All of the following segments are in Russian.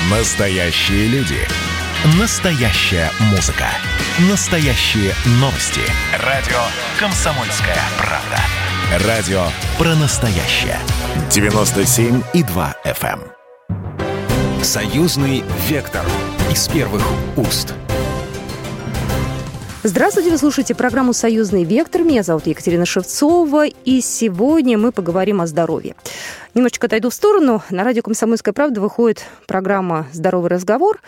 Настоящие люди. Настоящая музыка. Настоящие новости. Радио «Комсомольская правда». Радио про настоящее. 97,2 FM. Союзный вектор. Из первых уст. Здравствуйте, вы слушаете программу «Союзный вектор». Меня зовут Екатерина Шевцова, и сегодня мы поговорим о здоровье. Немножечко отойду в сторону. На радио «Комсомольская правда» выходит программа «Здоровый разговор».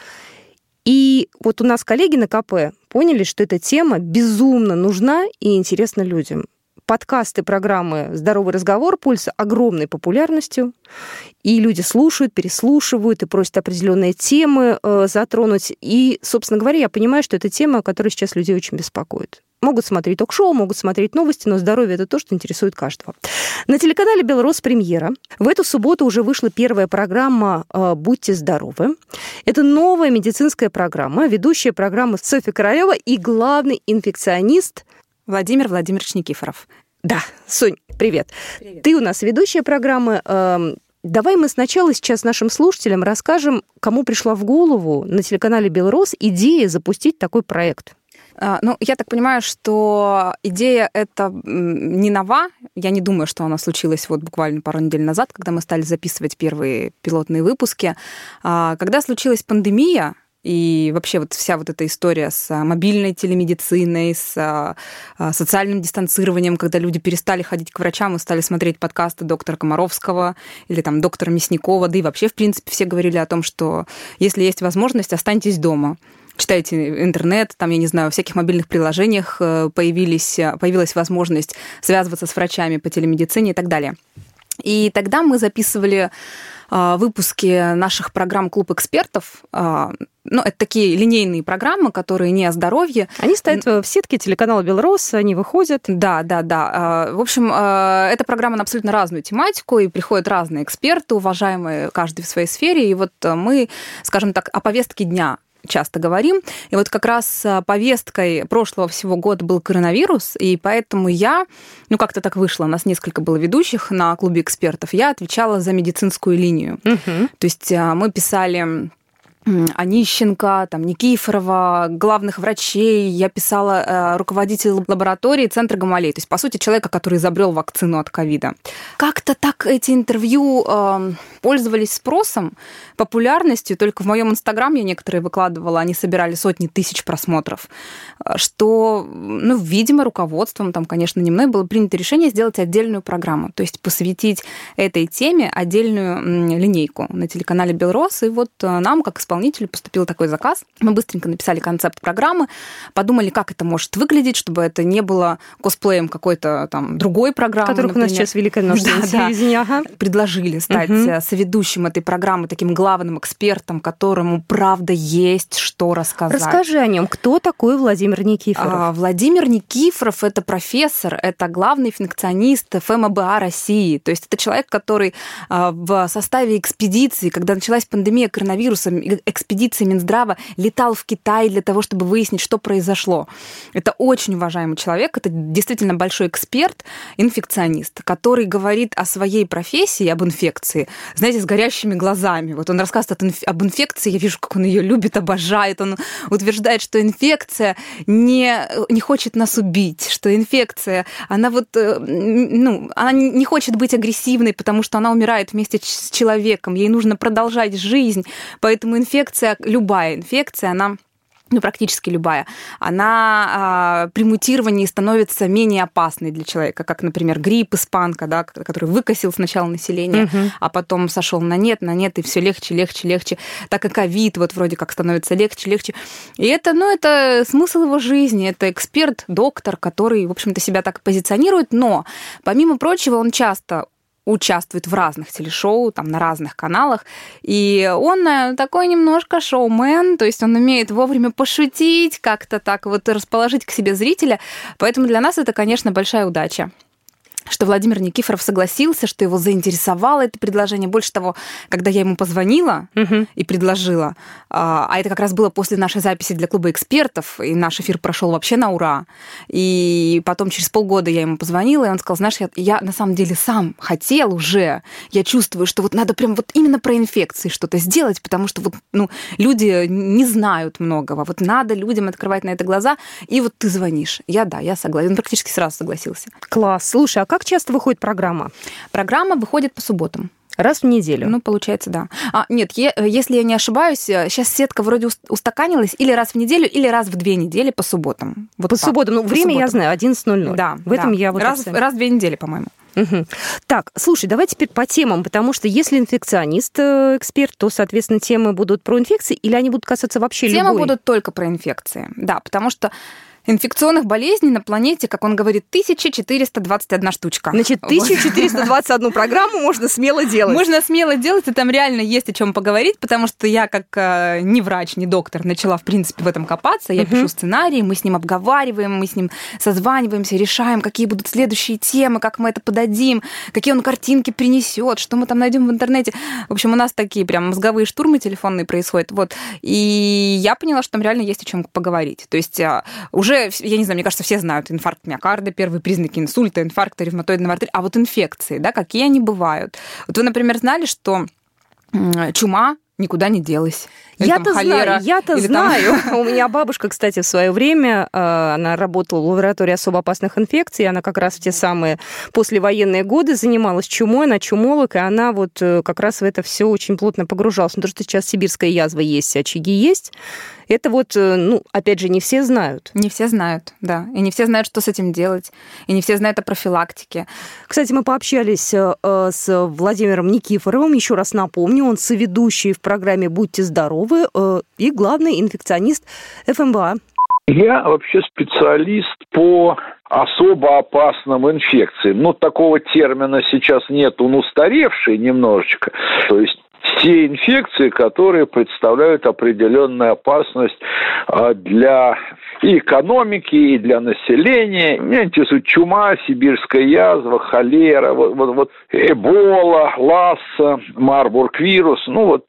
И вот у нас коллеги на КП поняли, что эта тема безумно нужна и интересна людям. Подкасты программы «Здоровый разговор» пользуются огромной популярностью, и люди слушают, переслушивают и просят определенные темы затронуть. И, собственно говоря, я понимаю, что это тема, которая сейчас людей очень беспокоит. Могут смотреть ток-шоу, могут смотреть новости, но здоровье – это то, что интересует каждого. На телеканале «Белрос» премьера. В эту субботу уже вышла первая программа «Будьте здоровы». Это новая медицинская программа, ведущая программы Софья Королева и главный инфекционист Владимир Владимирович Никифоров. Да, Сонь, привет. Ты у нас ведущая программы. Давай мы сначала сейчас нашим слушателям расскажем, кому пришла в голову на телеканале «Белрос» идея запустить такой проект. Ну, я так понимаю, что идея эта не нова. Я не думаю, что она случилась вот буквально пару недель назад, когда мы стали записывать первые пилотные выпуски. Когда случилась пандемия, и вообще вот вся вот эта история с мобильной телемедициной, с социальным дистанцированием, когда люди перестали ходить к врачам и стали смотреть подкасты доктора Комаровского или там доктора Мясникова, да и вообще, в принципе, все говорили о том, что если есть возможность, останьтесь дома. Читайте интернет, там, я не знаю, в всяких мобильных приложениях появилась возможность связываться с врачами по телемедицине и так далее. И тогда мы записывали выпуски наших программ «Клуб экспертов». Ну, это такие линейные программы, которые не о здоровье. Они стоят в сетке телеканала «Белрос», они выходят. Да. В общем, эта программа на абсолютно разную тематику, и приходят разные эксперты, уважаемые каждый в своей сфере. И вот мы, скажем так, о повестке дня часто говорим. И вот как раз повесткой прошлого всего года был коронавирус, и поэтому я, как-то так вышло, у нас несколько было ведущих на клубе экспертов, я отвечала за медицинскую линию. То есть мы писали Онищенко, Никифорова, главных врачей. Я писала руководителя лаборатории Центра Гамалеи. То есть, по сути, человека, который изобрел вакцину от ковида. Как-то так эти интервью пользовались спросом, популярностью. Только в моем Инстаграм я некоторые выкладывала, они собирали сотни тысяч просмотров. Что, видимо, руководством, конечно, не мной, было принято решение сделать отдельную программу. То есть посвятить этой теме отдельную линейку на телеканале «Белрос». И вот нам, как исполнителю, поступил такой заказ. Мы быстренько написали концепт программы, подумали, как это может выглядеть, чтобы это не было косплеем какой-то другой программы. Которых например. У нас сейчас великое множество телевидения. Ага. Предложили стать соведущим этой программы, таким главным экспертом, которому, правда, есть что рассказать. Расскажи о нем. Кто такой Владимир Никифоров? Владимир Никифоров – это профессор, это главный инфекционист ФМБА России. То есть это человек, который в составе экспедиции, когда началась пандемия коронавируса, экспедиции Минздрава летал в Китай для того, чтобы выяснить, что произошло. Это очень уважаемый человек, это действительно большой эксперт, инфекционист, который говорит о своей профессии, об инфекции, знаете, с горящими глазами. Вот он рассказывает об инфекции, я вижу, как он ее любит, обожает. Он утверждает, что инфекция не хочет нас убить, что инфекция, она она не хочет быть агрессивной, потому что она умирает вместе с человеком, ей нужно продолжать жизнь, поэтому инфекция, любая инфекция, она практически любая, она при мутировании становится менее опасной для человека, как, например, грипп, испанка, да, который выкосил сначала население, а потом сошел на нет, и все легче. Так и ковид вроде как становится легче. И это, это смысл его жизни, это эксперт, доктор, который, в общем-то, себя так позиционирует, но, помимо прочего, он часто участвует в разных телешоу, на разных каналах, и он такой немножко шоумен, то есть он умеет вовремя пошутить, как-то так расположить к себе зрителя, поэтому для нас это, конечно, большая удача. что Владимир Никифоров согласился, что его заинтересовало это предложение. Больше того, когда я ему позвонила и предложила, а это как раз было после нашей записи для клуба экспертов, и наш эфир прошел вообще на ура. И потом через полгода я ему позвонила, и он сказал, знаешь, я на самом деле сам хотел уже, я чувствую, что вот надо прям вот именно про инфекции что-то сделать, потому что вот, люди не знают многого, вот надо людям открывать на это глаза, и вот ты звонишь. Я согласен. Он практически сразу согласился. Класс. Слушай, а как часто выходит программа? Программа выходит по субботам. Раз в неделю? Получается, да. Нет, если я не ошибаюсь, сейчас сетка вроде устаканилась или раз в неделю, или раз в 2 недели по субботам. Вот по субботам. Время я знаю, 11:00. Да. В этом я вот... Раз в 2 недели, по-моему. Угу. Так, слушай, давай теперь по темам, потому что если инфекционист эксперт, то, соответственно, темы будут про инфекции или они будут касаться вообще любой? Темы будут только про инфекции, да, потому что инфекционных болезней на планете, как он говорит, 1421 штучка. Значит, 1421 программу можно смело делать. Можно смело делать, и там реально есть о чем поговорить, потому что я, как не врач, не доктор, начала, в принципе, в этом копаться. Я пишу сценарии, мы с ним обговариваем, мы с ним созваниваемся, решаем, какие будут следующие темы, как мы это подадим, какие он картинки принесет, что мы там найдем в интернете. В общем, у нас такие прям мозговые штурмы телефонные происходят. Вот. И я поняла, что там реально есть о чем поговорить. То есть уже, я не знаю, мне кажется, все знают инфаркт миокарда, первые признаки инсульта, инфаркта ревматоидного артерита, а вот инфекции, да, какие они бывают. Вот вы, например, знали, что чума никуда не делась. Я-то знаю. У меня бабушка, кстати, в свое время, она работала в лаборатории особо опасных инфекций, она как раз в те самые послевоенные годы занималась чумой, она чумолог, и она вот как раз в это все очень плотно погружалась. Но то, что сейчас сибирская язва есть, очаги есть, это вот, опять же, не все знают. Не все знают, да. И не все знают, что с этим делать. И не все знают о профилактике. Кстати, мы пообщались с Владимиром Никифоровым. Еще раз напомню, он соведущий в программе «Будьте здоровы» и главный инфекционист ФМБА. Я вообще специалист по особо опасным инфекциям. Такого термина сейчас нет, он устаревший немножечко. То есть те инфекции, которые представляют определенную опасность для и экономики, и для населения. Меня интересует чума, сибирская язва, холера, вот эбола, ласса, марбург-вирус.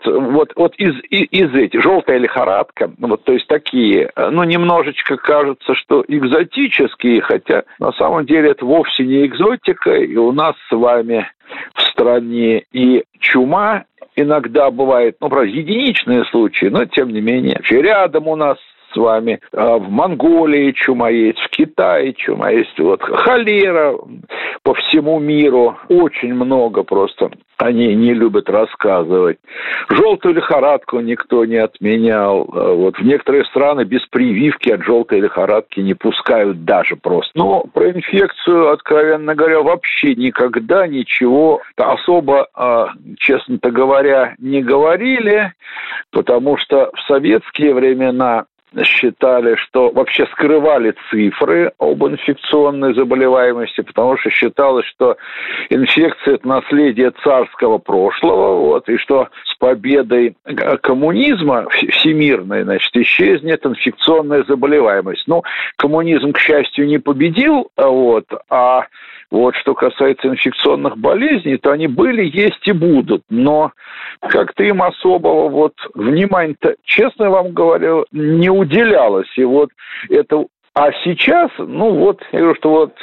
Из этих. Желтая лихорадка. То есть такие. Немножечко кажется, что экзотические, хотя на самом деле это вовсе не экзотика. И у нас с вами в стране и чума иногда бывает, правда, единичные случаи, но тем не менее. Рядом у нас с вами в Монголии чума есть, в Китае чума есть, холера по всему миру, очень много просто. Они не любят рассказывать. Желтую лихорадку никто не отменял. В некоторые страны без прививки от желтой лихорадки не пускают даже просто. Но про инфекцию, откровенно говоря, вообще никогда ничего особо, честно-то говоря, не говорили, потому что в советские времена считали, что вообще скрывали цифры об инфекционной заболеваемости, потому что считалось, что инфекция – это наследие царского прошлого, и что с победой коммунизма всемирной, исчезнет инфекционная заболеваемость. Коммунизм, к счастью, не победил, а что касается инфекционных болезней, то они были, есть и будут, но как-то им особого внимания-то, честно вам говорю, не уделялось. И это... А сейчас, я говорю, что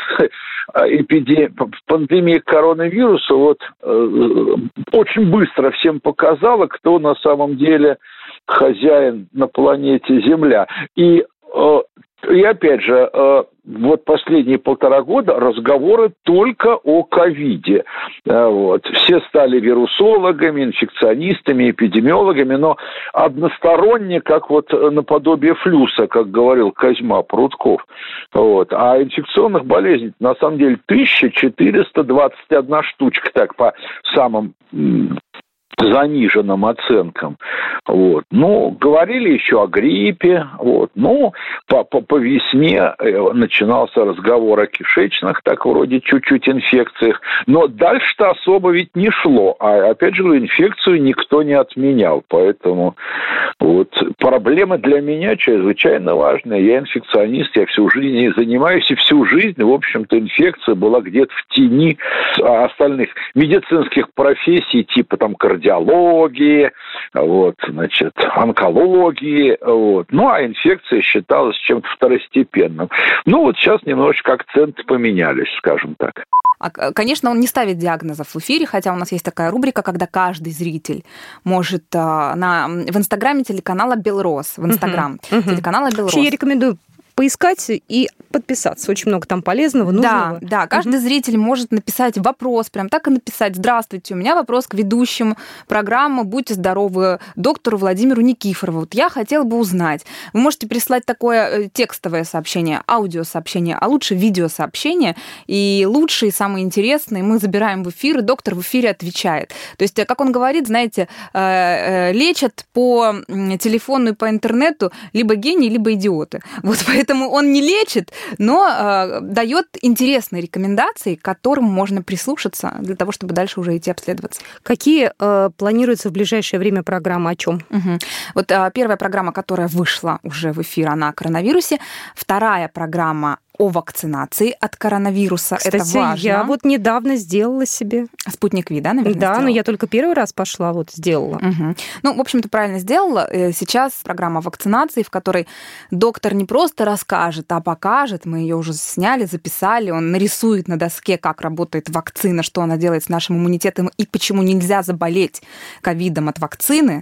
пандемия коронавируса очень быстро всем показала, кто на самом деле хозяин на планете Земля. И опять же, последние 1,5 года разговоры только о ковиде. Все стали вирусологами, инфекционистами, эпидемиологами, но односторонне, как наподобие флюса, как говорил Козьма Прутков. А инфекционных болезней на самом деле 1421 штучка, так по самым заниженным оценкам. Вот. Ну, говорили еще о гриппе. Вот. Ну, по весне начинался разговор о кишечных, так вроде чуть-чуть инфекциях. Но дальше-то особо ведь не шло. А опять же, инфекцию никто не отменял. Поэтому вот проблема для меня чрезвычайно важная. Я инфекционист, я всю жизнь ей занимаюсь. И всю жизнь, в общем-то, инфекция была где-то в тени остальных медицинских профессий, типа там кардиологии, вот, значит, онкологии, вот. Ну, а инфекция считалась чем-то второстепенным. Ну, вот сейчас немножечко акценты поменялись, скажем так. Конечно, он не ставит диагнозов в эфире, хотя у нас есть такая рубрика, когда каждый зритель может в Инстаграме телеканала «Белрос», в Инстаграм телеканала «Белрос». Я рекомендую поискать и подписаться. Очень много там полезного, нужного. Да, каждый зритель может написать вопрос, прям так и написать: «Здравствуйте, у меня вопрос к ведущим программы «Будьте здоровы», доктору Владимиру Никифорову. Вот я хотела бы узнать». Вы можете прислать такое текстовое сообщение, аудиосообщение, а лучше видеосообщение. И лучшие, самые интересные мы забираем в эфир, и доктор в эфире отвечает. То есть, как он говорит, знаете, лечат по телефону и по интернету либо гении, либо идиоты. Вот поэтому он не лечит, но дает интересные рекомендации, к которым можно прислушаться для того, чтобы дальше уже идти обследоваться. Какие планируются в ближайшее время программы, о чем? Вот первая программа, которая вышла уже в эфир, она о коронавирусе. Вторая программа о вакцинации от коронавируса. Кстати, это важно. Я вот недавно сделала себе. Спутник Ви, да, наверное, Да, сделала? но я только первый раз пошла, вот сделала. Ну, в общем-то, правильно сделала. Сейчас программа вакцинации, в которой доктор не просто расскажет, а покажет. Мы ее уже сняли, записали. Он нарисует на доске, как работает вакцина, что она делает с нашим иммунитетом и почему нельзя заболеть ковидом от вакцины.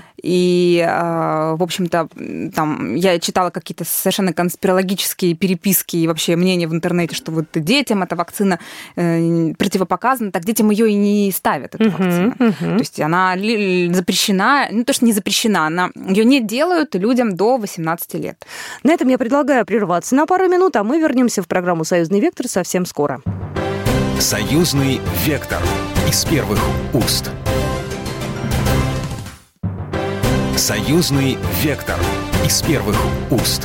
И, в общем-то, там я читала какие-то совершенно конспирологические переписки и вообще мнение в интернете, что вот детям эта вакцина противопоказана, так детям ее и не ставят, эту вакцину. То есть она запрещена, ну то, что не запрещена, ее не делают людям до 18 лет. На этом я предлагаю прерваться на пару минут, а мы вернемся в программу «Союзный вектор» совсем скоро. «Союзный вектор» из первых уст. «Союзный вектор» из первых уст.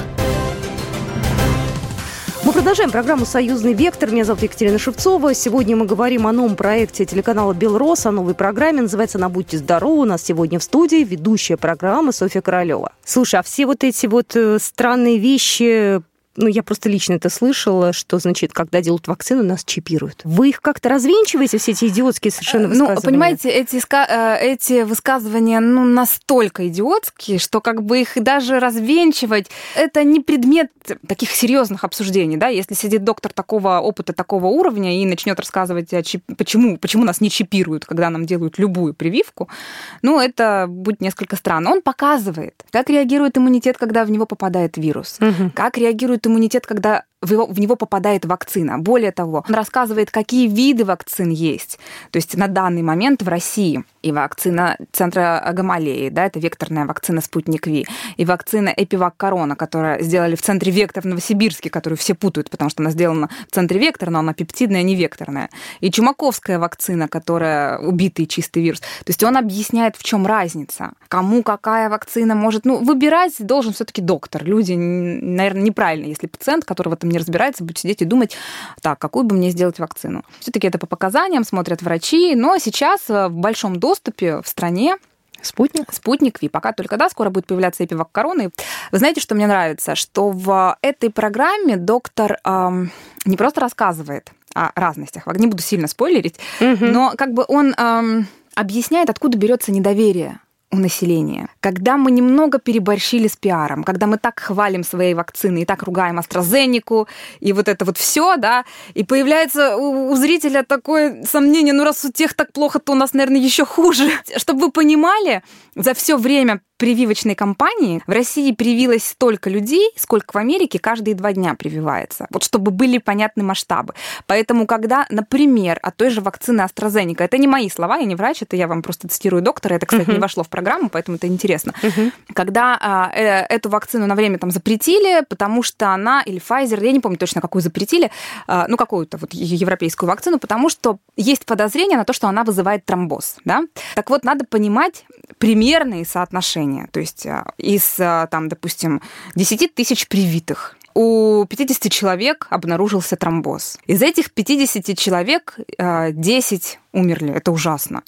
Мы продолжаем программу «Союзный вектор». Меня зовут Екатерина Шевцова. Сегодня мы говорим о новом проекте телеканала «Белрос», о новой программе. Называется она «Будьте здоровы». У нас сегодня в студии ведущая программы Софья Королева. Слушай, а все вот эти вот странные вещи... Ну, я просто лично это слышала, что, значит, когда делают вакцину, нас чипируют. Вы их как-то развенчиваете, все эти идиотские совершенно высказывания? Ну, понимаете, эти высказывания, настолько идиотские, что как бы их даже развенчивать, это не предмет таких серьезных обсуждений, да? Если сидит доктор такого опыта, такого уровня и начнет рассказывать, почему нас не чипируют, когда нам делают любую прививку, это будет несколько странно. Он показывает, как реагирует иммунитет, когда в него попадает вирус, как реагирует иммунитет, когда в него попадает вакцина. Более того, он рассказывает, какие виды вакцин есть. То есть на данный момент в России и вакцина центра Гамалеи, да, это векторная вакцина «Спутник Ви», и вакцина «Эпивак Корона», которую сделали в центре «Вектор» в Новосибирске, которую все путают, потому что она сделана в центре «Вектор», но она пептидная, не векторная. И чумаковская вакцина, которая убитый чистый вирус. То есть он объясняет, в чем разница. Кому какая вакцина может... выбирать должен все-таки доктор. Люди, наверное, неправильно, если пациент, который в этом не разбирается, будет сидеть и думать, так, какую бы мне сделать вакцину. Все-таки это по показаниям смотрят врачи, но сейчас в большом доступе в стране Спутник Ви. Пока только, скоро будет появляться Эпивак Корона. Вы знаете, что мне нравится? Что в этой программе доктор не просто рассказывает о разностях, не буду сильно спойлерить, но как бы он объясняет, откуда берется недоверие у населения. Когда мы немного переборщили с пиаром, когда мы так хвалим свои вакцины и так ругаем AstraZeneca и вот это вот все, да, и появляется у зрителя такое сомнение, раз у тех так плохо, то у нас, наверное, еще хуже. Чтобы вы понимали, за все время прививочной кампании в России привилось столько людей, сколько в Америке каждые 2 дня прививается. Вот чтобы были понятны масштабы. Поэтому, когда, например, от той же вакцины AstraZeneca, это не мои слова, я не врач, это я вам просто цитирую доктора, это, кстати, не вошло в программу, поэтому это интересно. Когда эту вакцину на время там запретили, потому что она, или Pfizer, я не помню точно, какую запретили, ну, какую-то вот европейскую вакцину, потому что есть подозрение на то, что она вызывает тромбоз, да? Так вот, надо понимать примерные соотношения. То есть из, там, допустим, 10 тысяч привитых у 50 человек обнаружился тромбоз. Из этих 50 человек 10 умерли. Это ужасно.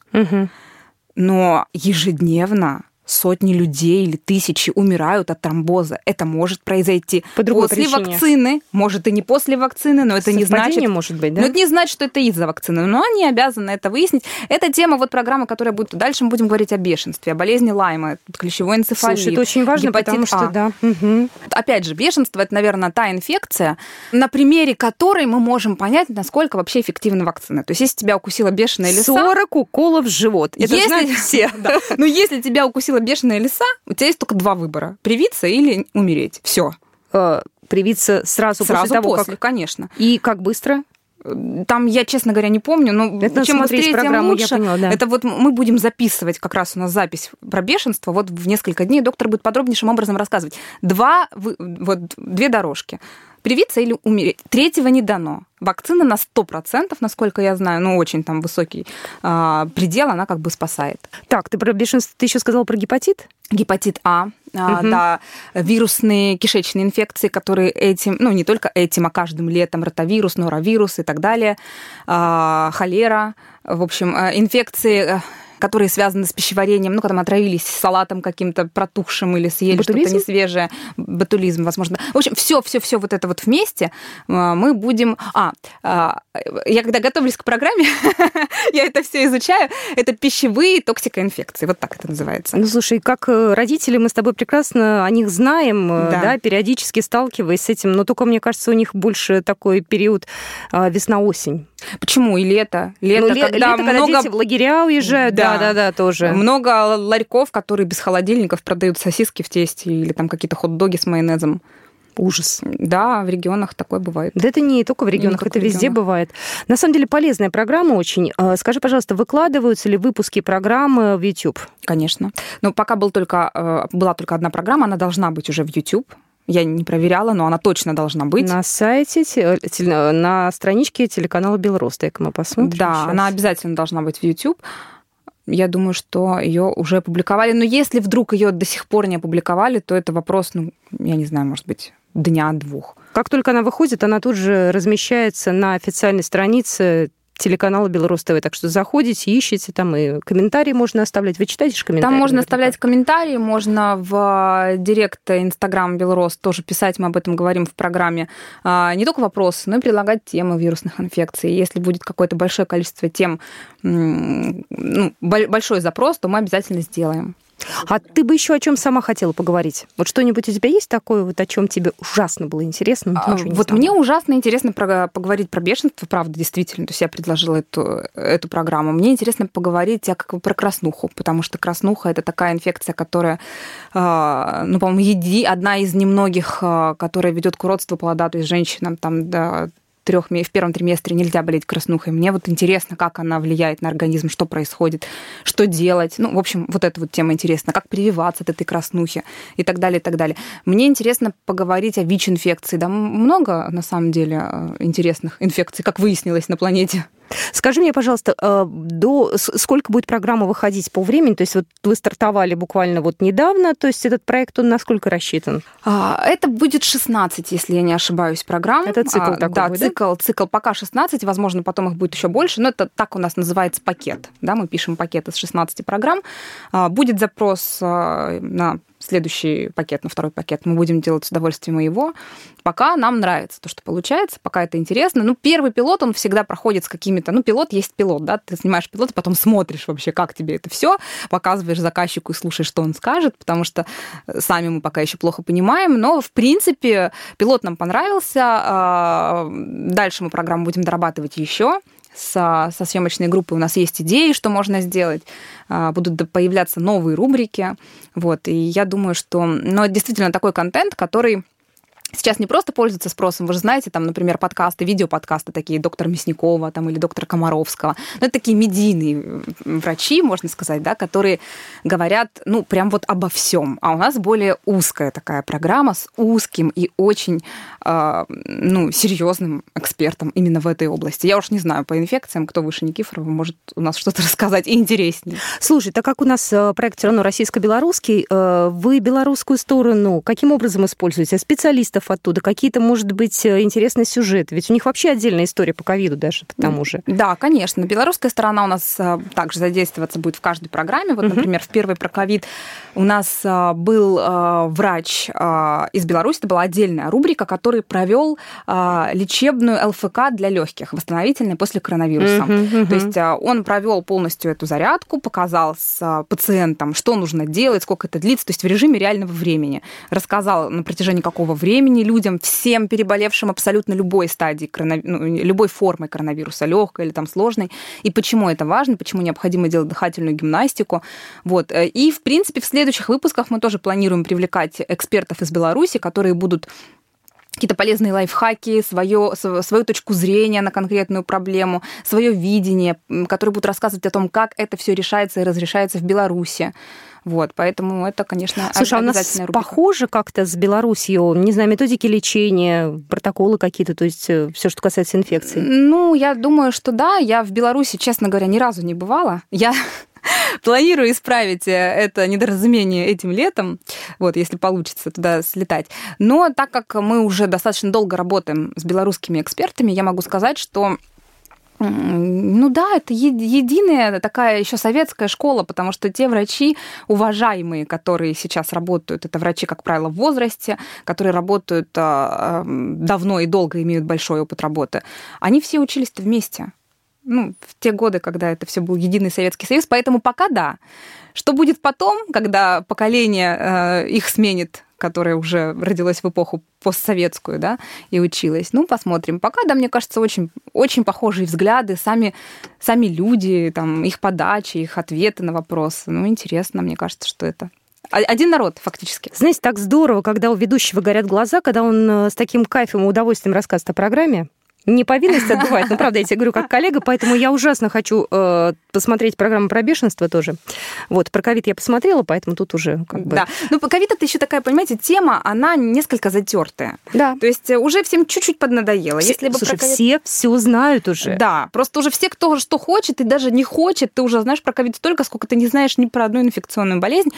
Но ежедневно сотни людей или тысячи умирают от тромбоза. Это может произойти после вакцины, может и не после вакцины, но это не значит, может быть, да? Но это не значит, что это из-за вакцины. Но они обязаны это выяснить. Это тема вот программы, которая будет дальше. Мы будем говорить о бешенстве, о болезни Лайма, клещевой энцефалит. Слушай, это очень важно, потому что, да. Опять же, бешенство – это, наверное, та инфекция, на примере которой мы можем понять, насколько вообще эффективна вакцина. То есть, если тебя укусила бешеная лиса... 40 уколов в живот. Это знают все. Но если тебя укусила бешеная лиса, у тебя есть только 2 выбора: привиться или умереть. Все. Привиться сразу после того, как... конечно. И как быстро? Там я, честно говоря, не помню, но это чем быстрее, тем лучше. Я поняла, да. Это вот мы будем записывать, как раз у нас запись про бешенство, вот в несколько дней доктор будет подробнейшим образом рассказывать. 2 дорожки. Привиться или умереть. 3-го не дано. Вакцина на 100%, насколько я знаю, ну, очень там высокий предел, она как бы спасает. Так, ты про бешенство, ты еще сказала про гепатит? Гепатит А, да, вирусные кишечные инфекции, которые этим, ну, не только этим, а каждым летом, ротавирус, норовирус и так далее, холера, в общем, инфекции, которые связаны с пищеварением, ну, когда мы отравились салатом каким-то протухшим или съели что-то несвежее, ботулизм, возможно. В общем, все вот это вот вместе мы будем... Я когда готовлюсь к программе, я это все изучаю, это пищевые токсикоинфекции, вот так это называется. Ну, слушай, как родители, мы с тобой прекрасно о них знаем, да, периодически сталкиваясь с этим, но только, мне кажется, у них больше такой период весна-осень. Почему? И лето. Когда дети в лагеря уезжают, да, тоже. Много ларьков, которые без холодильников продают сосиски в тесте или там какие-то хот-доги с майонезом. Ужас. Да, в регионах такое бывает. Да это не только в регионах, это везде бывает. На самом деле полезная программа очень. Скажи, пожалуйста, выкладываются ли выпуски программы в YouTube? Конечно. Но пока была только одна программа, она должна быть уже в YouTube. Я не проверяла, но она точно должна быть. На сайте, на страничке телеканала Белрос, дай-ка мы посмотрим. Да, сейчас. Она обязательно должна быть в YouTube. Я думаю, что ее уже опубликовали. Но если вдруг ее до сих пор не опубликовали, то это вопрос, я не знаю, может быть, 1-2. Как только она выходит, она тут же размещается на официальной странице телеканала Белрос ТВ. Так что заходите, ищите, там и комментарии можно оставлять. Вы читаете комментарии? Там можно оставлять комментарии, можно в директ Инстаграм Белрос тоже писать, мы об этом говорим в программе. Не только вопросы, но и предлагать темы вирусных инфекций. Если будет какое-то большое количество тем, большой запрос, то мы обязательно сделаем. А ты бы еще о чем сама хотела поговорить? Вот что-нибудь у тебя есть такое, вот о чем тебе ужасно было интересно? Но ты вот мне ужасно интересно поговорить про бешенство, правда, действительно. То есть я предложила эту программу. Мне интересно поговорить про краснуху, потому что краснуха – это такая инфекция, которая, по-моему, одна из немногих, которая ведет к уродству плода, то есть женщинам там в первом триместре нельзя болеть краснухой. Мне вот интересно, как она влияет на организм, что происходит, что делать. В общем, вот эта вот тема интересна. Как прививаться от этой краснухи и так далее, и так далее. Мне интересно поговорить о ВИЧ-инфекции. Да, много, на самом деле, интересных инфекций, как выяснилось на планете. Скажи мне, пожалуйста, сколько будет программа выходить по времени? То есть вот вы стартовали буквально вот недавно, то есть этот проект, он на сколько рассчитан? Это будет 16, если я не ошибаюсь, программ. Это цикл такой, да? Да, цикл пока 16, возможно, потом их будет еще больше, но это так у нас называется пакет. Да? Мы пишем пакет из 16 программ. Будет запрос на следующий пакет, на второй пакет. Мы будем делать с удовольствием его. Пока нам нравится то, что получается, пока это интересно. Первый пилот, он всегда проходит с какими-то... пилот есть пилот, да? Ты снимаешь пилот, потом смотришь вообще, как тебе это все, показываешь заказчику и слушаешь, что он скажет, потому что сами мы пока еще плохо понимаем. Но, в принципе, пилот нам понравился. Дальше мы программу будем дорабатывать еще. со съемочной группой у нас есть идеи, что можно сделать. Будут появляться новые рубрики. Вот. И я думаю, что... Но это действительно такой контент, который сейчас не просто пользуется спросом. Вы же знаете, там, например, подкасты, видеоподкасты такие доктора Мясникова там, или доктора Комаровского. Но это такие медийные врачи, можно сказать, да, которые говорят, ну, прям вот обо всем. А у нас более узкая такая программа с узким и очень, серьезным экспертом именно в этой области. Я уж не знаю, по инфекциям, кто выше Никифорова, может у нас что-то рассказать и интереснее. Слушай, так как у нас проект все равно российско-белорусский, вы белорусскую сторону каким образом используете? Специалистов оттуда, какие-то, может быть, интересные сюжеты? Ведь у них вообще отдельная история по ковиду даже, к тому же. Да, конечно. Белорусская сторона у нас также задействоваться будет в каждой программе. Вот, например, в первой про ковид у нас был врач из Беларуси, это была отдельная рубрика, который провел лечебную ЛФК для легких, восстановительной после коронавируса. То есть он провел полностью эту зарядку, показал с пациентом, что нужно делать, сколько это длится, то есть в режиме реального времени. Рассказал, на протяжении какого времени людям, всем переболевшим абсолютно любой стадии, любой формы коронавируса, легкой или там сложной, и почему это важно, почему необходимо делать дыхательную гимнастику. Вот. И, в принципе, в следующих выпусках мы тоже планируем привлекать экспертов из Беларуси, которые будут какие-то полезные лайфхаки, свою точку зрения на конкретную проблему, свое видение, которые будут рассказывать о том, как это все решается и разрешается в Беларуси. Вот, поэтому это, конечно, слушай, обязательная рубрика. А у нас похоже как-то с Беларусью, не знаю, методики лечения, протоколы какие-то, то есть все, что касается инфекций? Ну, я думаю, что да. Я в Беларуси, честно говоря, ни разу не бывала. Я планирую исправить это недоразумение этим летом, вот, если получится туда слетать. Но так как мы уже достаточно долго работаем с белорусскими экспертами, я могу сказать, что ну да, это единая такая еще советская школа, потому что те врачи уважаемые, которые сейчас работают, это врачи, как правило, в возрасте, которые работают давно и долго, имеют большой опыт работы, они все учились-то вместе. Ну, в те годы, когда это все был единый Советский Союз, поэтому пока да. Что будет потом, когда поколение их сменит, которое уже родилось в эпоху постсоветскую, да, и училось? Ну, посмотрим. Пока, да, мне кажется, очень, очень похожие взгляды, сами люди, там, их подачи, их ответы на вопросы. Ну, интересно, мне кажется, что это один народ, фактически. Знаете, так здорово, когда у ведущего горят глаза, когда он с таким кайфом и удовольствием рассказывает о программе. Не повинность отбывает, но, правда, я тебе говорю как коллега, поэтому я ужасно хочу посмотреть программу про бешенство тоже. Вот, про ковид я посмотрела, поэтому тут уже как бы... Да, ну, ковид это еще такая, понимаете, тема, она несколько затертая. Да. То есть уже всем чуть-чуть поднадоело. Если бы слушай, все знают уже. Да, просто уже все, кто что хочет и даже не хочет, ты уже знаешь про ковид столько, сколько ты не знаешь ни про одну инфекционную болезнь.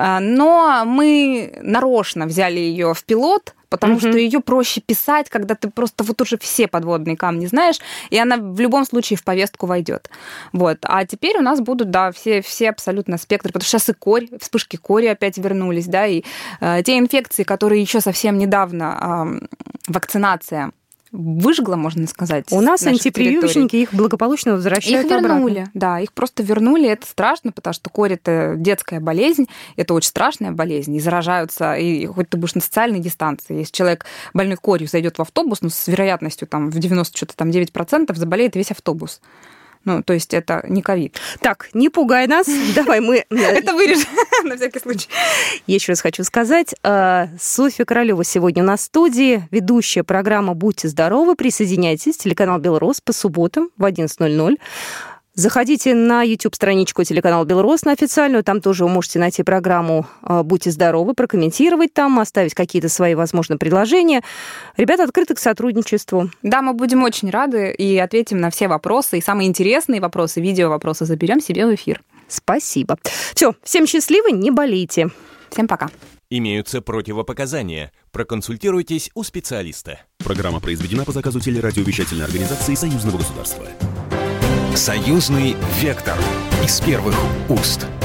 Но мы нарочно взяли ее в пилот, потому что ее проще писать, когда ты просто вот уже все подводные камни знаешь, и она в любом случае в повестку войдет. Вот. А теперь у нас будут, да, все абсолютно спектры, потому что сейчас и корь, вспышки кори опять вернулись, да, и те инфекции, которые еще совсем недавно вакцинация выжгла, можно сказать. У нас антипрививочники их благополучно возвращают обратно. Их вернули, да, их просто вернули. Это страшно, потому что корь – это детская болезнь, это очень страшная болезнь, и заражаются, и хоть ты будешь на социальной дистанции. Если человек больной корью зайдет в автобус, ну, с вероятностью там, в 99% заболеет весь автобус. Ну, то есть это не ковид. Так, не пугай нас. Давай мы... Это вырежем, на всякий случай. Я еще раз хочу сказать, Софья Королева сегодня на студии, ведущая программа «Будьте здоровы». Присоединяйтесь, телеканал «Белрос» по субботам в 11:00. Заходите на YouTube-страничку телеканала «Белрос», на официальную, там тоже вы можете найти программу «Будьте здоровы», прокомментировать там, оставить какие-то свои, возможно, предложения. Ребята открыты к сотрудничеству. Да, мы будем очень рады и ответим на все вопросы, и самые интересные вопросы, видео-вопросы заберем себе в эфир. Спасибо. Все, всем счастливо, не болейте. Всем пока. Имеются противопоказания. Проконсультируйтесь у специалиста. Программа произведена по заказу телерадиовещательной организации Союзного государства. Союзный вектор из первых уст.